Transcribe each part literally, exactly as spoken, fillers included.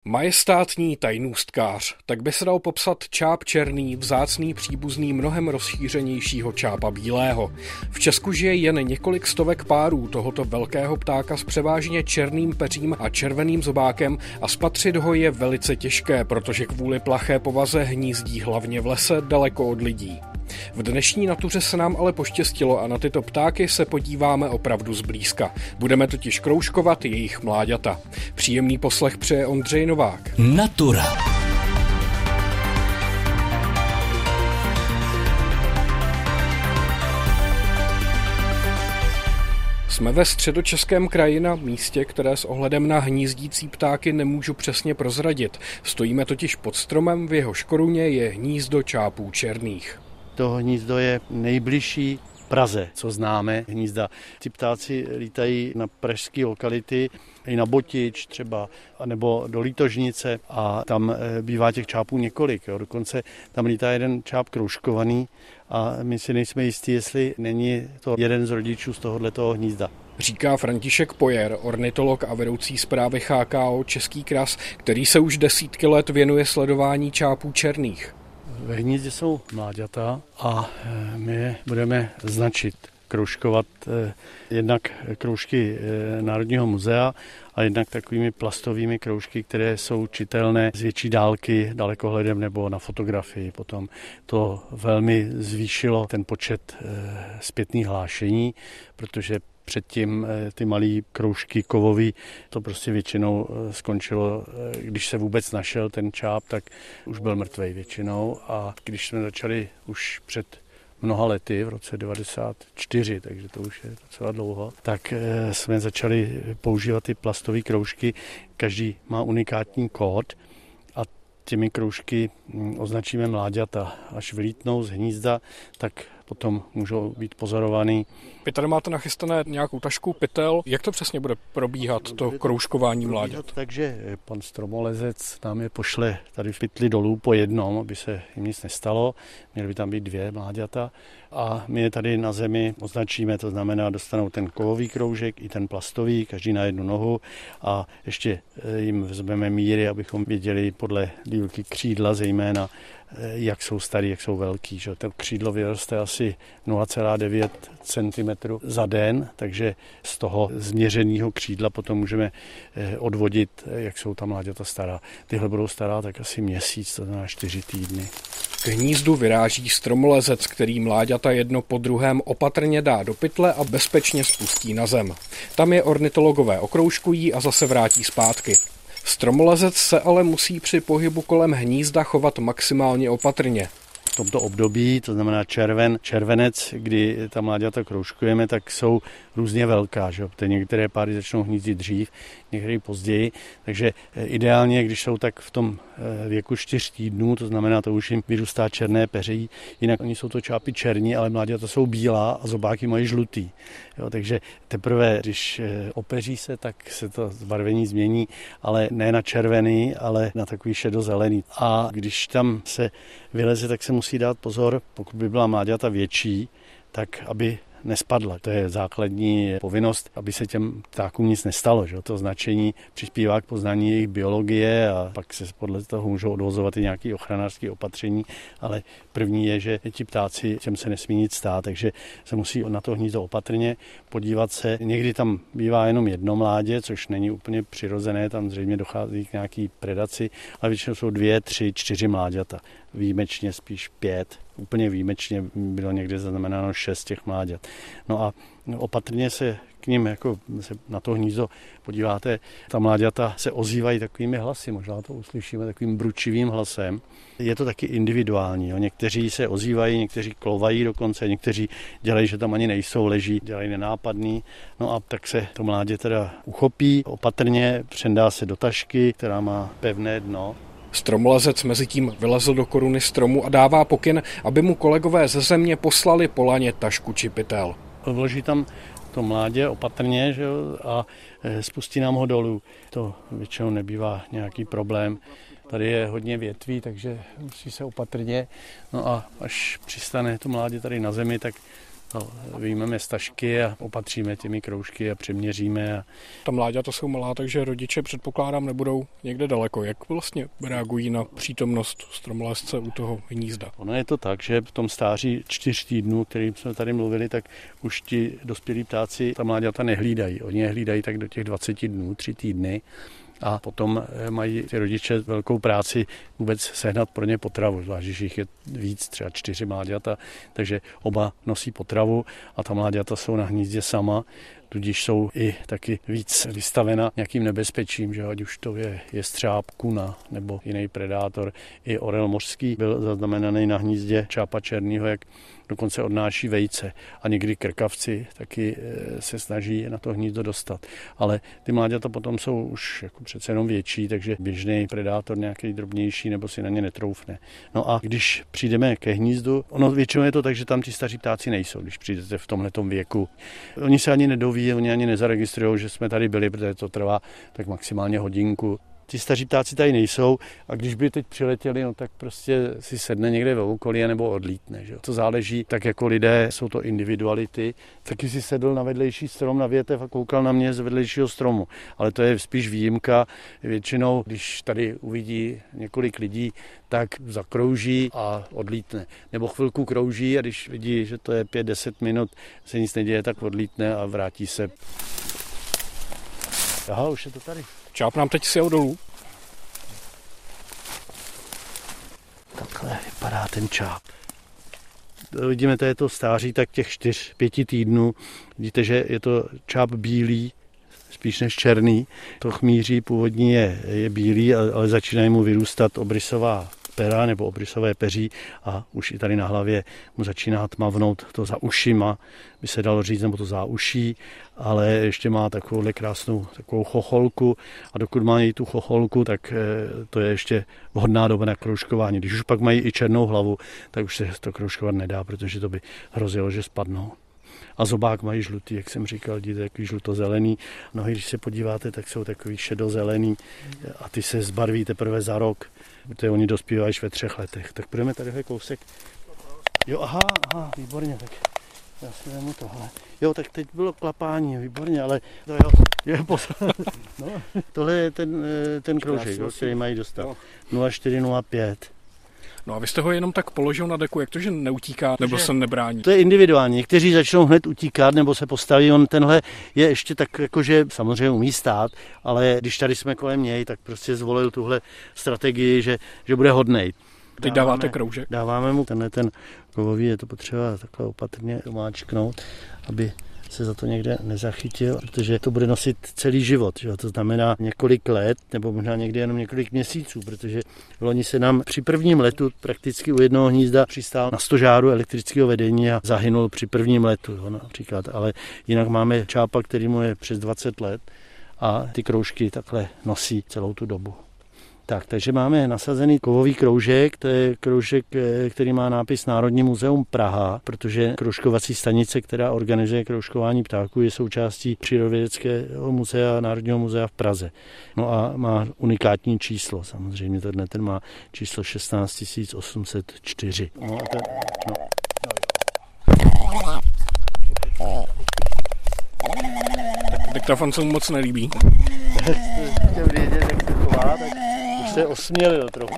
Majestátní tajnůstkář, tak by se dal popsat čáp černý, vzácný příbuzný mnohem rozšířenějšího čápa bílého. V Česku žije jen několik stovek párů tohoto velkého ptáka s převážně černým peřím a červeným zobákem a spatřit ho je velice těžké, protože kvůli plaché povaze hnízdí hlavně v lese daleko od lidí. V dnešní natuře se nám ale poštěstilo a na tyto ptáky se podíváme opravdu zblízka. Budeme totiž kroužkovat jejich mláďata. Příjemný poslech přeje Ondřej Novák. Natura. Jsme ve Středočeském kraji na místě, které s ohledem na hnízdící ptáky nemůžu přesně prozradit. Stojíme totiž pod stromem, v jehož koruně je hnízdo čápů černých. To hnízdo je nejbližší Praze, co známe hnízda. Ty ptáci lítají na pražské lokality, i na Botič třeba, nebo do Lítožnice a tam bývá těch čápů několik. Jo. Dokonce tam lítá jeden čáp kroužkovaný a my si nejsme jistí, jestli není to jeden z rodičů z tohoto hnízda. Říká František Pojer, ornitolog a vedoucí správy H K O Český kras, který se už desítky let věnuje sledování čápů černých. Ve hnízdě jsou mláďata a my je budeme značit, kroužkovat jednak kroužky Národního muzea a jednak takovými plastovými kroužky, které jsou čitelné z větší dálky, dalekohledem nebo na fotografii. Potom to velmi zvýšilo ten počet zpětných hlášení, protože předtím ty malé kroužky kovový, to prostě většinou skončilo, když se vůbec našel ten čáp, tak už byl mrtvej většinou a když jsme začali už před mnoha lety, v roce devadesát čtyři, takže to už je docela dlouho, tak jsme začali používat ty plastové kroužky, každý má unikátní kód a těmi kroužky označíme mláďata. Až vylítnou z hnízda, tak potom můžou být pozorovaný. Vy tady máte nachystané nějakou tašku, pytel. Jak to přesně bude probíhat, to kroužkování mláďat? Takže pan stromolezec nám je pošle tady v pytli dolů po jednom, aby se jim nic nestalo. Měly by tam být dvě mláďata a my je tady na zemi označíme, to znamená dostanou ten kovový kroužek i ten plastový, každý na jednu nohu a ještě jim vezmeme míry, abychom věděli podle dílky křídla zejména, jak jsou starý, jak jsou velký. Že? To křídlo vyroste asi nula celá devět centimetrů za den, takže z toho změřeného křídla potom můžeme odvodit, jak jsou ta mláďata stará. Tyhle budou stará tak asi měsíc, to znamená čtyři týdny. K hnízdu vyráží stromolezec, který mláďata jedno po druhém opatrně dá do pytle a bezpečně spustí na zem. Tam je ornitologové okroužkují a zase vrátí zpátky. Stromolezec se ale musí při pohybu kolem hnízda chovat maximálně opatrně. V tomto období, to znamená červen, červenec, kdy ta mláďata kroužkujeme, tak jsou různě velká. Že? Některé páry začnou hnízdit dřív, některé později. Takže ideálně, když jsou tak v tom věku čtyř týdnů, to znamená, to už jim vyrůstá černé peří. Jinak oni jsou to čápy černí, ale mláďata jsou bílá a zobáky mají žlutý. Jo, takže teprve, když opeří se, tak se to zbarvení změní, ale ne na červený, ale na takový šedozelený. A když tam se vyleze, tak se musí dát pozor, pokud by byla mláďata větší, tak aby nespadla. To je základní povinnost, aby se těm ptákům nic nestalo. Že? To značení přispívá k poznání jejich biologie a pak se podle toho můžou odvozovat i nějaké ochranářské opatření, ale první je, že ti ptáci, těm se nesmí nic stát, takže se musí na to hnízdo opatrně podívat se. Někdy tam bývá jenom jedno mládě, což není úplně přirozené, tam zřejmě dochází k nějaký predaci, ale většinou jsou dvě, tři, čtyři mláďata. Výjimečně spíš pět. Úplně výjimečně bylo někde zaznamenáno šest těch mláďat. No a opatrně se k nim, jako se na to hnízdo podíváte, ta mláďata se ozývají takovými hlasy, možná to uslyšíme takovým bručivým hlasem. Je to taky individuální, jo. Někteří se ozývají, někteří klovají dokonce, někteří dělají, že tam ani nejsou, leží, dělají nenápadný. No a tak se to mládě teda uchopí, opatrně přendá se do tašky, která má pevné dno. Stromolezec mezitím vylezl do koruny stromu a dává pokyn, aby mu kolegové ze země poslali po laně tašku či pytel. Vloží tam to mládě opatrně, že jo, a spustí nám ho dolů. To většinou nebývá nějaký problém. Tady je hodně větví, takže musí se opatrně. No a až přistane to mládě tady na zemi, tak No, vyjmeme stažky a opatříme těmi kroužky a přeměříme. A... Ta mláďata jsou malá, takže rodiče předpokládám nebudou někde daleko. Jak vlastně reagují na přítomnost stromolezce u toho hnízda? Ono je to tak, že v tom stáří čtyř týdnů, kterým jsme tady mluvili, tak už ti dospělí ptáci ta mláďata nehlídají. Oni je hlídají tak do těch dvacet dnů, tři týdny. A potom mají ty rodiče velkou práci vůbec sehnat pro ně potravu, zvlášť, když jich je víc, třeba čtyři mláďata, takže oba nosí potravu a ta mláďata jsou na hnízdě sama, tudíž jsou i taky víc vystavena nějakým nebezpečím, že ať už to je jestřáb, kuna nebo jiný predátor. I orel mořský byl zaznamenaný na hnízdě čápa černýho, jak dokonce odnáší vejce a někdy krkavci taky se snaží na to hnízdo dostat. Ale ty mláďata potom jsou už jako přece jenom větší, takže běžný predátor nějaký drobnější nebo si na ně netroufne. No a když přijdeme ke hnízdu, ono většinou je to tak, že tam ti staří ptáci nejsou, když přijdete v tomhletom věku. Oni se ani nedoví, oni ani nezaregistrují, že jsme tady byli, protože to trvá tak maximálně hodinku. Ti staří ptáci tady nejsou a když by teď přiletěli, no tak prostě si sedne někde ve okolí nebo odlítne. Že? To záleží, tak jako lidé, jsou to individuality. Taky si sedl na vedlejší strom na větev a koukal na mě z vedlejšího stromu. Ale to je spíš výjimka. Většinou, když tady uvidí několik lidí, tak zakrouží a odlítne. Nebo chvilku krouží a když vidí, že to je pět deset minut, se nic neděje, tak odlítne a vrátí se. Aha, už je to tady. Čáp nám teď sjel dolů. Takhle vypadá ten čáp. Vidíme, to je to stáří tak těch čtyř, pěti týdnů. Vidíte, že je to čáp bílý, spíš než černý. To chmýří původní je, je bílý, ale začínají mu vyrůstat obrysová pera nebo obrysové peří a už i tady na hlavě mu začíná tmavnout to za ušima, by se dalo říct, nebo to záuší, ale ještě má takovouhle krásnou takovou chocholku a dokud mají tu chocholku, tak to je ještě vhodná doba na kroužkování. Když už pak mají i černou hlavu, tak už se to kroužkovat nedá, protože to by hrozilo, že spadnou. A zobák mají žlutý, jak jsem říkal, vidíte, takový žlutozelený. Nohy, když se podíváte, tak jsou takový šedozelený a ty se zbarví teprve za rok, protože oni dospívají až ve třech letech. Tak půjdeme tadyhle kousek. Jo, aha, aha, výborně, tak já si vezmu tohle. Jo, tak teď bylo klapání, výborně, ale to jo, je poslední. No, tohle je ten, ten kroužek, který mají dostat. nula čtyři nula pět. No a vy jste ho jenom tak položil na deku, jak to, že neutíká, nebo se nebrání? To je individuální. Někteří začnou hned utíkat, nebo se postaví. On tenhle je ještě tak, jakože samozřejmě umí stát, ale když tady jsme kolem něj, tak prostě zvolil tuhle strategii, že, že bude hodnej. Teď dáváme, dáváte kroužek? Dáváme mu tenhle ten kovový, je to potřeba takhle opatrně domáčknout, aby se za to někde nezachytil, protože to bude nosit celý život. Že? To znamená několik let, nebo možná někdy jenom několik měsíců, protože loni se nám při prvním letu prakticky u jednoho hnízda přistál na stožáru elektrického vedení a zahynul při prvním letu, jo, například. Ale jinak máme čápa, který mu je přes dvacet let a ty kroužky takhle nosí celou tu dobu. Tak, takže máme nasazený kovový kroužek, to je kroužek, který má nápis Národní muzeum Praha, protože kroužkovací stanice, která organizuje kroužkování ptáků, je součástí Přírodovědeckého muzea Národního muzea v Praze. No a má unikátní číslo, samozřejmě tenhle ten má číslo šestnáct tisíc osm set čtyři. No a ten, no. Diktafon se mu moc nelíbí. Chtěl vědět, jak se chová, tak už se osmělil trochu.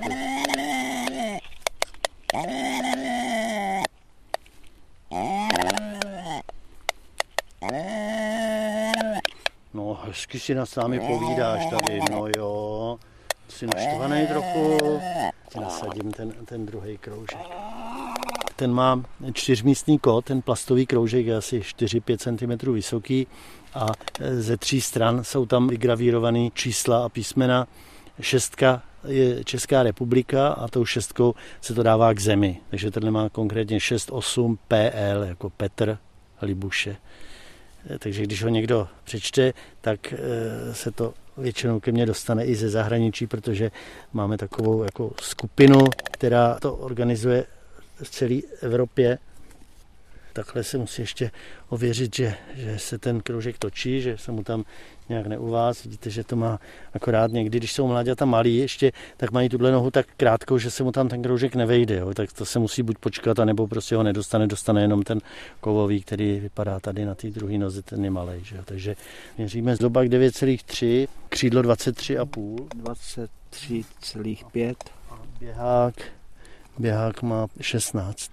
No, hezky si nás námi povídáš tady, no jo. Jsi naštvanej trochu. Nasadím ten, ten druhý kroužek. Ten má čtyřmístný kód, ten plastový kroužek je asi čtyři pět centimetrů vysoký a ze tří stran jsou tam vygravírované čísla a písmena. Šestka je Česká republika a tou šestkou se to dává k zemi. Takže tenhle má konkrétně šest osm P L jako Petr Libuše. Takže když ho někdo přečte, tak se to většinou ke mně dostane i ze zahraničí, protože máme takovou jako skupinu, která to organizuje v celé Evropě. takhle se musí ještě ověřit, že, že se ten kroužek točí, že se mu tam nějak neuvází. Vidíte, že to má akorát někdy, když jsou mláďata malí ještě, tak mají tuhle nohu tak krátkou, že se mu tam ten kroužek nevejde. Jo. Tak to se musí buď počkat, anebo prostě ho nedostane, dostane jenom ten kovový, který vypadá tady na té druhé noze, ten je malej. Že jo. Takže měříme zobák devět celá tři, křídlo dvacet tři celá pět. dvacet tři celá pět. Běhák, běhák má šestnáct.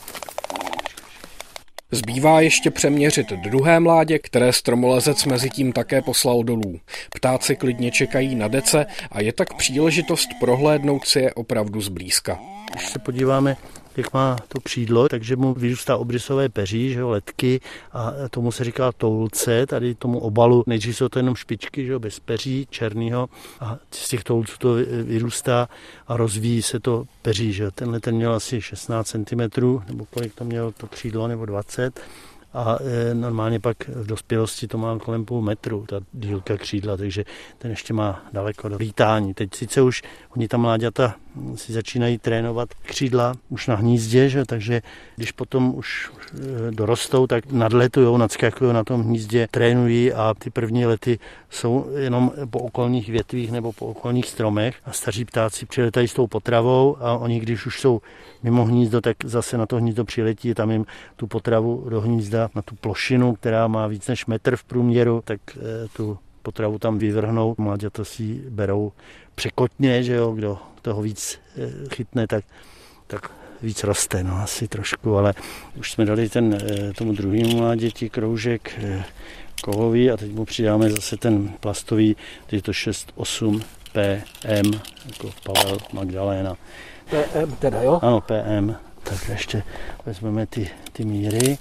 Zbývá ještě přeměřit druhé mládě, které stromolezec mezi tím také poslal dolů. Ptáci klidně čekají na dece a je tak příležitost prohlédnout si je opravdu zblízka. Když se podíváme, jak má to křídlo, takže mu vyrůstá obrysové peří, že jo, letky, a tomu se říká toulce, tady tomu obalu, nejdřív jsou to jenom špičky, že jo, bez peří, černýho, a z těch toulců to vyrůstá a rozvíjí se to peří, že jo. Tenhle ten měl asi šestnáct centimetrů, nebo kolik to mělo to křídlo, nebo dvacet, a e, normálně pak v dospělosti to má kolem půl metru, ta dílka křídla, takže ten ještě má daleko do lítání. Teď sice už oni tam mláďata si začínají trénovat křídla už na hnízdě, že? Takže když potom už e, dorostou, tak nadletujou, nadskakují na tom hnízdě, trénují a ty první lety jsou jenom po okolních větvích nebo po okolních stromech a staří ptáci přiletají s tou potravou a oni, když už jsou mimo hnízdo, tak zase na to hnízdo přiletí, tam jim tu potravu do hnízda, na tu plošinu, která má víc než metr v průměru, tak e, tu potravu tam vyvrhnou. Mláďata si berou překotně, že jo, kdo toho víc e, chytne, tak, tak víc roste, no asi trošku, ale už jsme dali ten, e, tomu druhému mláděti kroužek e, kovový a teď mu přidáme zase ten plastový, teď je to šest osm P M, jako Pavel Magdaléna. P M teda, jo? Ano, P M. Tak ještě vezmeme ty, ty míry.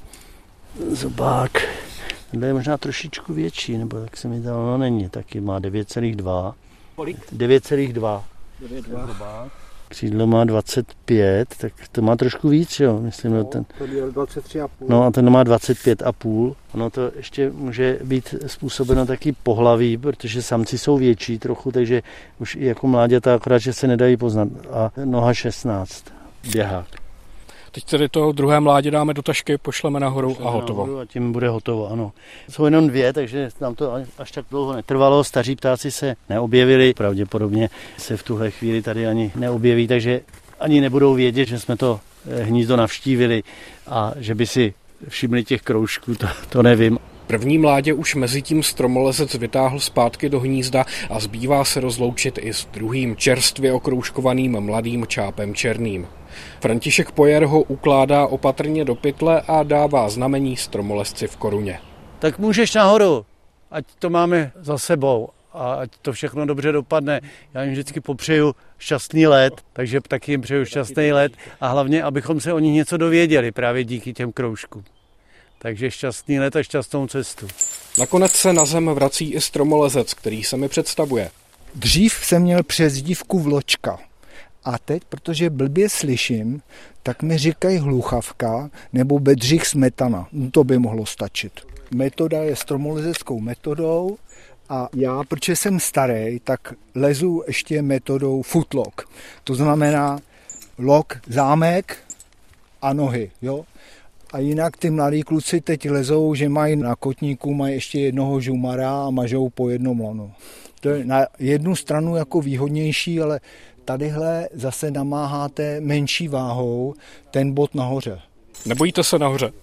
Zobák. Tenhle je možná trošičku větší, nebo jak se mi dalo, no není, taky má devět celá dva. Kolik? devět celá dva. devět celá dva. Křídlo má dvacet pět, tak to má trošku víc, jo, myslím, no, ten. To měl dvacet tři celá pět. No a ten má dvacet pět celá pět. Ono to ještě může být způsobeno taky pohlaví, protože samci jsou větší trochu, takže už i jako mláďata, akorát, že se nedají poznat. A noha šestnáct, běhák. Teď tedy to druhé mládě dáme do tašky, pošleme nahoru pošleme a hotovo. Nahoru a tím bude hotovo, ano. Jsou jenom dvě, takže nám to až tak dlouho netrvalo. Staří ptáci se neobjevili, pravděpodobně se v tuhle chvíli tady ani neobjeví, takže ani nebudou vědět, že jsme to hnízdo navštívili a že by si všimli těch kroužků, to, to nevím. První mládě už mezi tím stromolezec vytáhl zpátky do hnízda a zbývá se rozloučit i s druhým čerstvě okroužkovaným mladým čápem černým. František Pojer ho ukládá opatrně do pytle a dává znamení stromolezci v koruně. Tak můžeš nahoru, ať to máme za sebou a ať to všechno dobře dopadne. Já jim vždycky popřeju šťastný let, takže taky jim přeju šťastný let a hlavně, abychom se o nich něco dověděli právě díky těm kroužkům. Takže šťastný let a šťastnou cestu. Nakonec se na zem vrací i stromolezec, který se mi představuje. Dřív jsem měl přezdívku Vločka. A teď, protože blbě slyším, tak mi říkají hluchavka nebo Bedřich Smetana. No to by mohlo stačit. Metoda je stromolezeckou metodou a já, protože jsem starý, tak lezu ještě metodou footlock. To znamená lock, zámek a nohy, jo. A jinak ty mladí kluci teď lezou, že mají na kotníku mají ještě jednoho žumara a mažou po jednom lanu. To je na jednu stranu jako výhodnější, ale tadyhle zase namáháte menší váhou ten bod nahoře. Nebojíte se nahoře?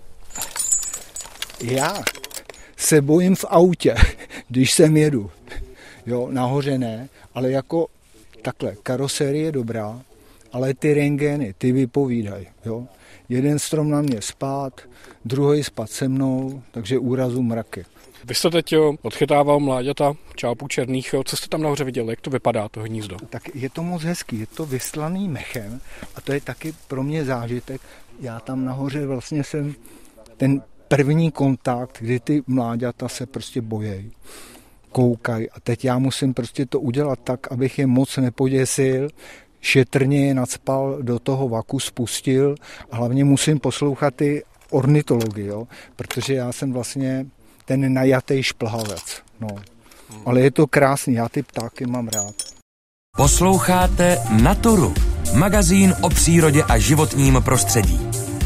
Já se bojím v autě, když sem jedu. Jo, nahoře ne, ale jako takhle, karosérie je dobrá, ale ty rentgeny, ty vypovídají, jo. Jeden strom na mě spát, druhý spát se mnou, takže úrazu mraky. Vy jste teď jo, odchytával mláďata čápů černých, jo. Co jste tam nahoře viděl, jak to vypadá, to hnízdo? Tak je to moc hezký, je to vyslaný mechem a to je taky pro mě zážitek. Já tam nahoře vlastně jsem ten první kontakt, kdy ty mláďata se prostě bojejí, koukají a teď já musím prostě to udělat tak, abych je moc nepoděsil, šetrně je nacpal, do toho vaku spustil a hlavně musím poslouchat ty ornitology, jo? Protože já jsem vlastně ten najatý šplhavec. No. Ale je to krásný, já ty ptáky mám rád. Posloucháte Naturu, magazín o přírodě a životním prostředí.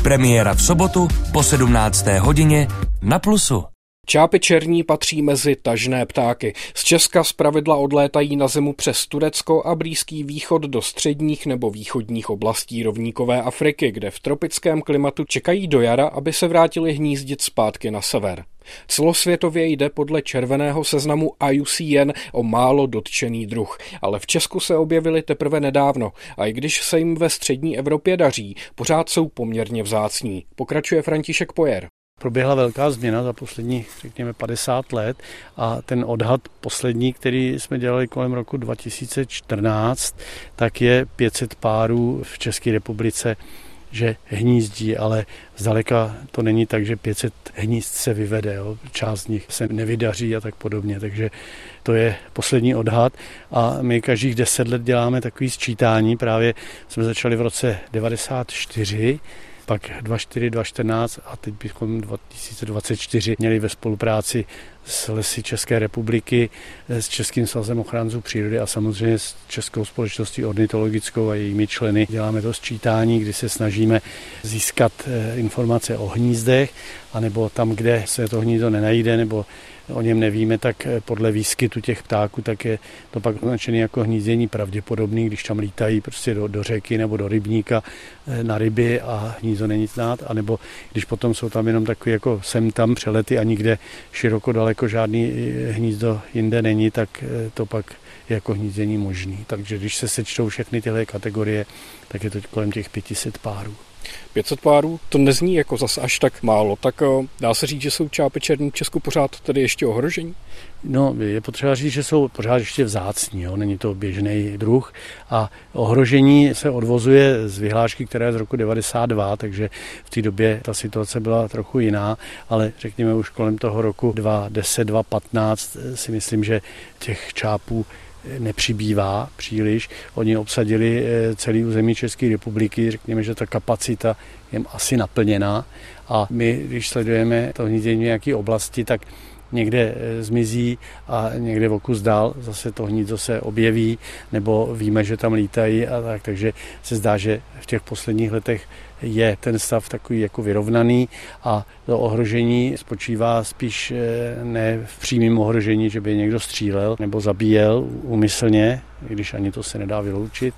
Premiéra v sobotu po sedmnácté hodině na Plusu. Čápy černí patří mezi tažné ptáky. Z Česka zpravidla odlétají na zimu přes Turecko a Blízký východ do středních nebo východních oblastí rovníkové Afriky, kde v tropickém klimatu čekají do jara, aby se vrátili hnízdit zpátky na sever. Celosvětově jde podle červeného seznamu I U C N o málo dotčený druh, ale v Česku se objevili teprve nedávno a i když se jim ve střední Evropě daří, pořád jsou poměrně vzácní. Pokračuje František Pojer. Proběhla velká změna za posledních, řekněme, padesát let a ten odhad poslední, který jsme dělali kolem roku dva tisíce čtrnáct, tak je pět set párů v České republice, že hnízdí, ale zdaleka to není tak, že pět set hnízd se vyvede, jo. Část z nich se nevydaří a tak podobně, takže to je poslední odhad a my každých deset let děláme takový sčítání, právě jsme začali v roce devadesát čtyři, pak dvacet čtyři, dvacet čtrnáct a teď bychom dva tisíce dvacet čtyři měli ve spolupráci s Lesy České republiky, s Českým svazem ochránců přírody a samozřejmě s Českou společností ornitologickou a jejími členy. Děláme to sčítání, kdy se snažíme získat informace o hnízdech, anebo tam, kde se to hnízdo nenajde, nebo o něm nevíme, tak podle výskytu těch ptáků, tak je to pak označené jako hnízdění pravděpodobný, když tam lítají prostě do, do řeky nebo do rybníka na ryby a hnízdo není znát, anebo když potom jsou tam jenom takové jako sem tam přelety a nikde široko daleko žádný hnízdo jinde není, tak to pak je jako hnízdění možný. Takže když se sečtou všechny tyhle kategorie, tak je to kolem těch pět set párů. pět set párů, to nezní jako zas až tak málo, tak dá se říct, že jsou čápy černí v Česku pořád tedy ještě ohrožení? No, je potřeba říct, že jsou pořád ještě vzácní, jo? Není to běžný druh a ohrožení se odvozuje z vyhlášky, která je z roku devadesát dva, takže v té době ta situace byla trochu jiná, ale řekněme už kolem toho roku dva tisíce deset, dva tisíce patnáct si myslím, že těch čápů nepřibývá příliš. Oni obsadili celý území České republiky, řekněme, že ta kapacita je asi naplněná a my, když sledujeme to hnízdění v nějaké oblasti, tak někde zmizí a někde o kus dál zase to hnízdo se objeví, nebo víme, že tam lítají a tak, takže se zdá, že v těch posledních letech je ten stav takový jako vyrovnaný a to ohrožení spočívá spíš ne v přímém ohrožení, že by někdo střílel nebo zabíjel úmyslně, i když ani to se nedá vyloučit,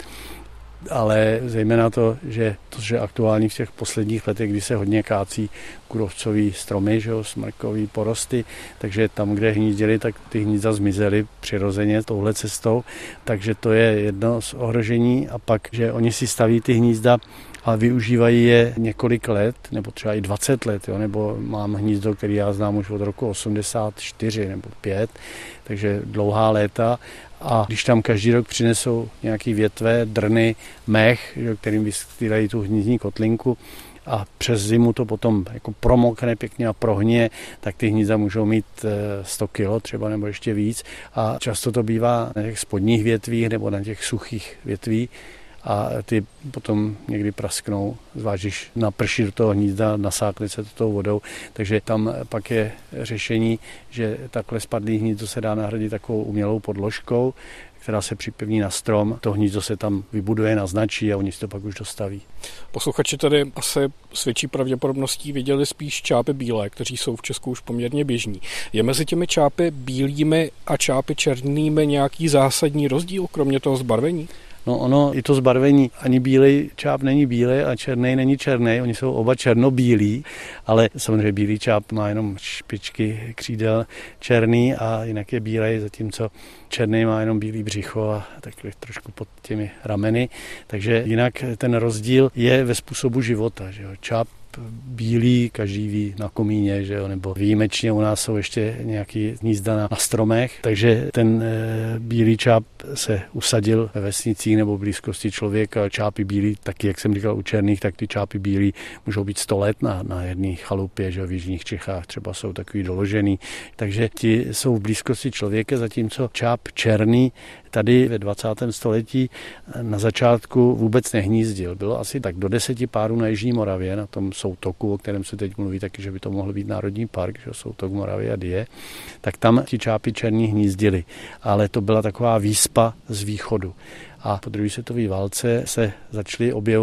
ale zejména to, že to, že aktuální v těch posledních letech, kdy se hodně kácí kůrovcový stromy, že jo, smrkový porosty, takže tam, kde hnízdili, tak ty hnízda zmizely přirozeně touhle cestou, takže to je jedno z ohrožení a pak, že oni si staví ty hnízda a využívají je několik let, nebo třeba i dvacet let, jo, nebo mám hnízdo, který já znám už od roku osmdesát čtyři nebo pět, takže dlouhá léta. A když tam každý rok přinesou nějaké větve, drny, mech, kterým vystýlají tu hnízdní kotlinku a přes zimu to potom jako promokne pěkně a prohně, tak ty hnízda můžou mít sto kilo třeba nebo ještě víc. A často to bývá na těch spodních větvích nebo na těch suchých větvích a ty potom někdy prasknou, zvlášť když naprší do toho hnízda, nasákne se to tou vodou, takže tam pak je řešení, že takhle spadlý hnízdo se dá nahradit takovou umělou podložkou, která se připevní na strom, to hnízdo se tam vybuduje, naznačí a oni si to pak už dostaví. Posluchači tady asi s větší pravděpodobností viděli spíš čápy bílé, kteří jsou v Česku už poměrně běžní. Je mezi těmi čápy bílými a čápy černými nějaký zásadní rozdíl, kromě toho zbarvení? No ono, i to zbarvení, ani bílej čáp není bílej a černý není černý, oni jsou oba černobílí, ale samozřejmě bílý čáp má jenom špičky křídel černý a jinak je bílej, zatímco černý má jenom bílý břicho a takhle trošku pod těmi rameny, takže jinak ten rozdíl je ve způsobu života, že jo. Čáp bílý, každý ví na komíně, že jo, nebo výjimečně u nás jsou ještě nějaký hnízda na, na stromech, takže ten e, bílý čáp se usadil ve vesnicích nebo v blízkosti člověka. Čápy bílý, taky jak jsem říkal u černých, tak ty čápy bílý můžou být sto let na, na jedné chalupě, že jo, v jižních Čechách třeba jsou takový doložený, takže ti jsou v blízkosti člověka, zatímco čáp černý tady ve dvacátém století na začátku vůbec nehnízdil. Bylo asi tak do deseti párů na Jižní Moravě, na tom soutoku, o kterém se teď mluví taky, že by to mohl být národní park, že soutok Moravy a Dyje, tak tam ti čápy černí hnízdili. Ale to byla taková výspa z východu. A po druhé světové válce se začaly objevovat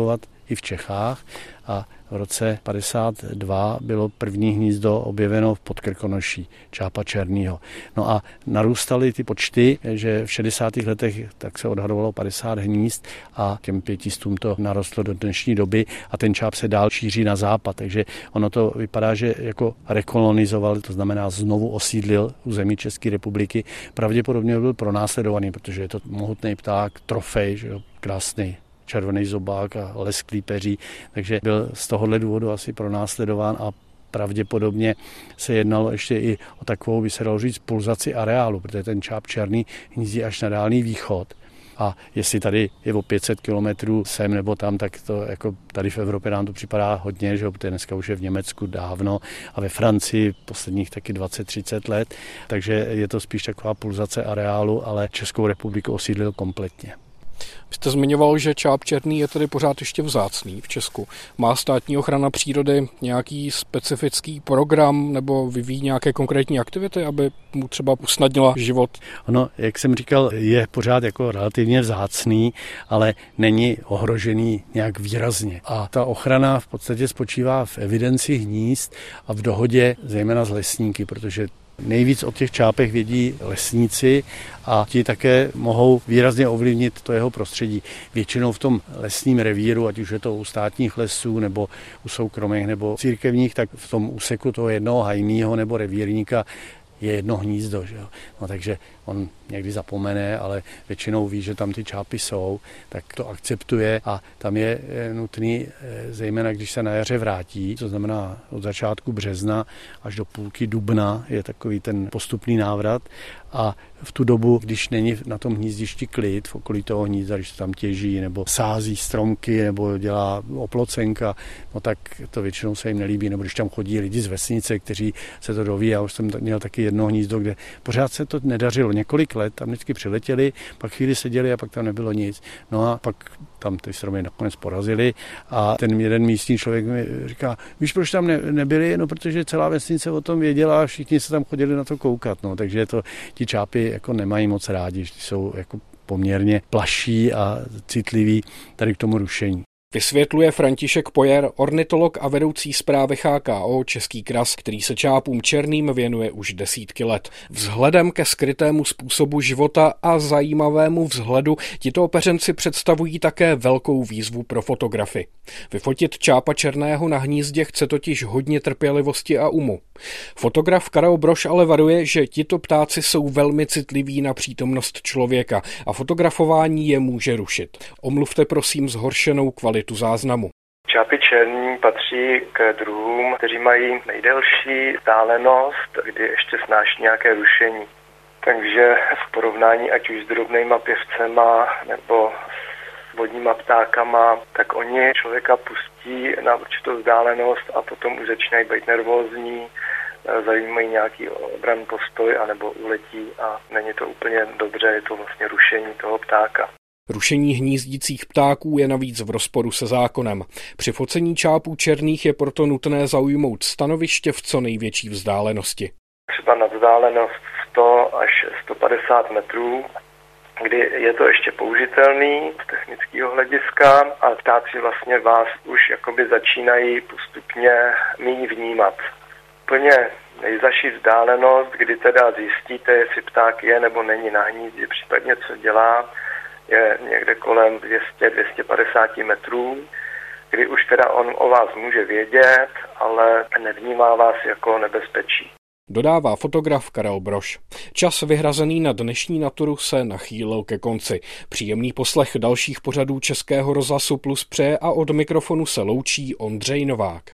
i v Čechách a v roce padesát dva bylo první hnízdo objeveno v Podkrkonoší, čápa černýho. No a narůstaly ty počty, že v šedesátých letech tak se odhadovalo padesát hnízd a těm pětistům to narostlo do dnešní doby a ten čáp se dál šíří na západ. Takže ono to vypadá, že jako rekolonizoval, to znamená znovu osídlil území České republiky. Pravděpodobně byl pronásledovaný, protože je to mohutný pták, trofej, že jo, krásný červený zobák a lesklý peří, takže byl z tohohle důvodu asi pronásledován a pravděpodobně se jednalo ještě i o takovou, by se dalo říct, pulzaci areálu, protože ten čáp černý hnízdí až na Dálný východ. A jestli tady je o pět set kilometrů sem nebo tam, tak to jako tady v Evropě nám to připadá hodně, že protože dneska už je v Německu dávno a ve Francii posledních taky dvacet třicet let, takže je to spíš taková pulzace areálu, ale Českou republiku osídlil kompletně. Vy jste zmiňoval, že čáp černý je tedy pořád ještě vzácný v Česku. Má státní ochrana přírody nějaký specifický program nebo vyvíjí nějaké konkrétní aktivity, aby mu třeba usnadnila život? Ono, jak jsem říkal, je pořád jako relativně vzácný, ale není ohrožený nějak výrazně. A ta ochrana v podstatě spočívá v evidenci hnízd a v dohodě zejména s lesníky, protože nejvíc o těch čápech vědí lesníci a ti také mohou výrazně ovlivnit to jeho prostředí. Většinou v tom lesním revíru, ať už je to u státních lesů nebo u soukromých nebo církevních, tak v tom úseku toho jednoho hajného nebo revírníka je jedno hnízdo. Že jo? No, takže on někdy zapomene, ale většinou ví, že tam ty čápy jsou, tak to akceptuje a tam je nutný, zejména když se na jaře vrátí, to znamená od začátku března až do půlky dubna je takový ten postupný návrat a v tu dobu, když není na tom hnízdišti klid, v okolí toho hnízda, když se tam těží nebo sází stromky nebo dělá oplocenka, no tak to většinou se jim nelíbí, nebo když tam chodí lidi z vesnice, kteří se to doví, já už jsem měl taky jedno hnízdo, kde pořád se to nedařilo, několik let tam vždycky přiletěli, pak chvíli seděli a pak tam nebylo nic. No a pak tam ty stromy nakonec porazili a ten jeden místní člověk mi říká, víš, proč tam ne, nebyli? No, protože celá vesnice o tom věděla a všichni se tam chodili na to koukat. No, takže to ti čápy jako nemají moc rádi, že jsou jako poměrně plaší a citliví tady k tomu rušení. Vysvětluje František Pojer, ornitolog a vedoucí správy H K O Český kras, který se čápům černým věnuje už desítky let. Vzhledem ke skrytému způsobu života a zajímavému vzhledu tito opeřenci představují také velkou výzvu pro fotografy. Vyfotit čápa černého na hnízdě chce totiž hodně trpělivosti a umu. Fotograf Karel Brož ale varuje, že tito ptáci jsou velmi citliví na přítomnost člověka a fotografování je může rušit. Omluvte prosím zhoršenou kvalitu záznamu. Čápy černí patří k druhům, kteří mají nejdelší vzdálenost, kdy ještě snáší nějaké rušení. Takže v porovnání ať už s drobnejma pěvcema nebo s vodníma ptákama, tak oni člověka pustí na určitou vzdálenost a potom už začínají být nervózní, zajímají nějaký obranný postoj anebo uletí a není to úplně dobře, je to vlastně rušení toho ptáka. Rušení hnízdících ptáků je navíc v rozporu se zákonem. Při focení čápů černých je proto nutné zaujmout stanoviště v co největší vzdálenosti. Třeba na vzdálenost sto až sto padesát metrů, kdy je to ještě použitelný z technického hlediska a ptáci vlastně vás už jakoby začínají postupně méně vnímat. Úplně nejzaší vzdálenost, kdy teda zjistíte, jestli pták je nebo není na hnízdě, případně co dělá, je někde kolem dvě stě až dvě stě padesát metrů, kdy už teda on o vás může vědět, ale nevnímá vás jako nebezpečí. Dodává fotograf Karel Brož. Čas vyhrazený na dnešní Naturu se nachýlil ke konci. Příjemný poslech dalších pořadů Českého rozhlasu Plus přeje a od mikrofonu se loučí Ondřej Novák.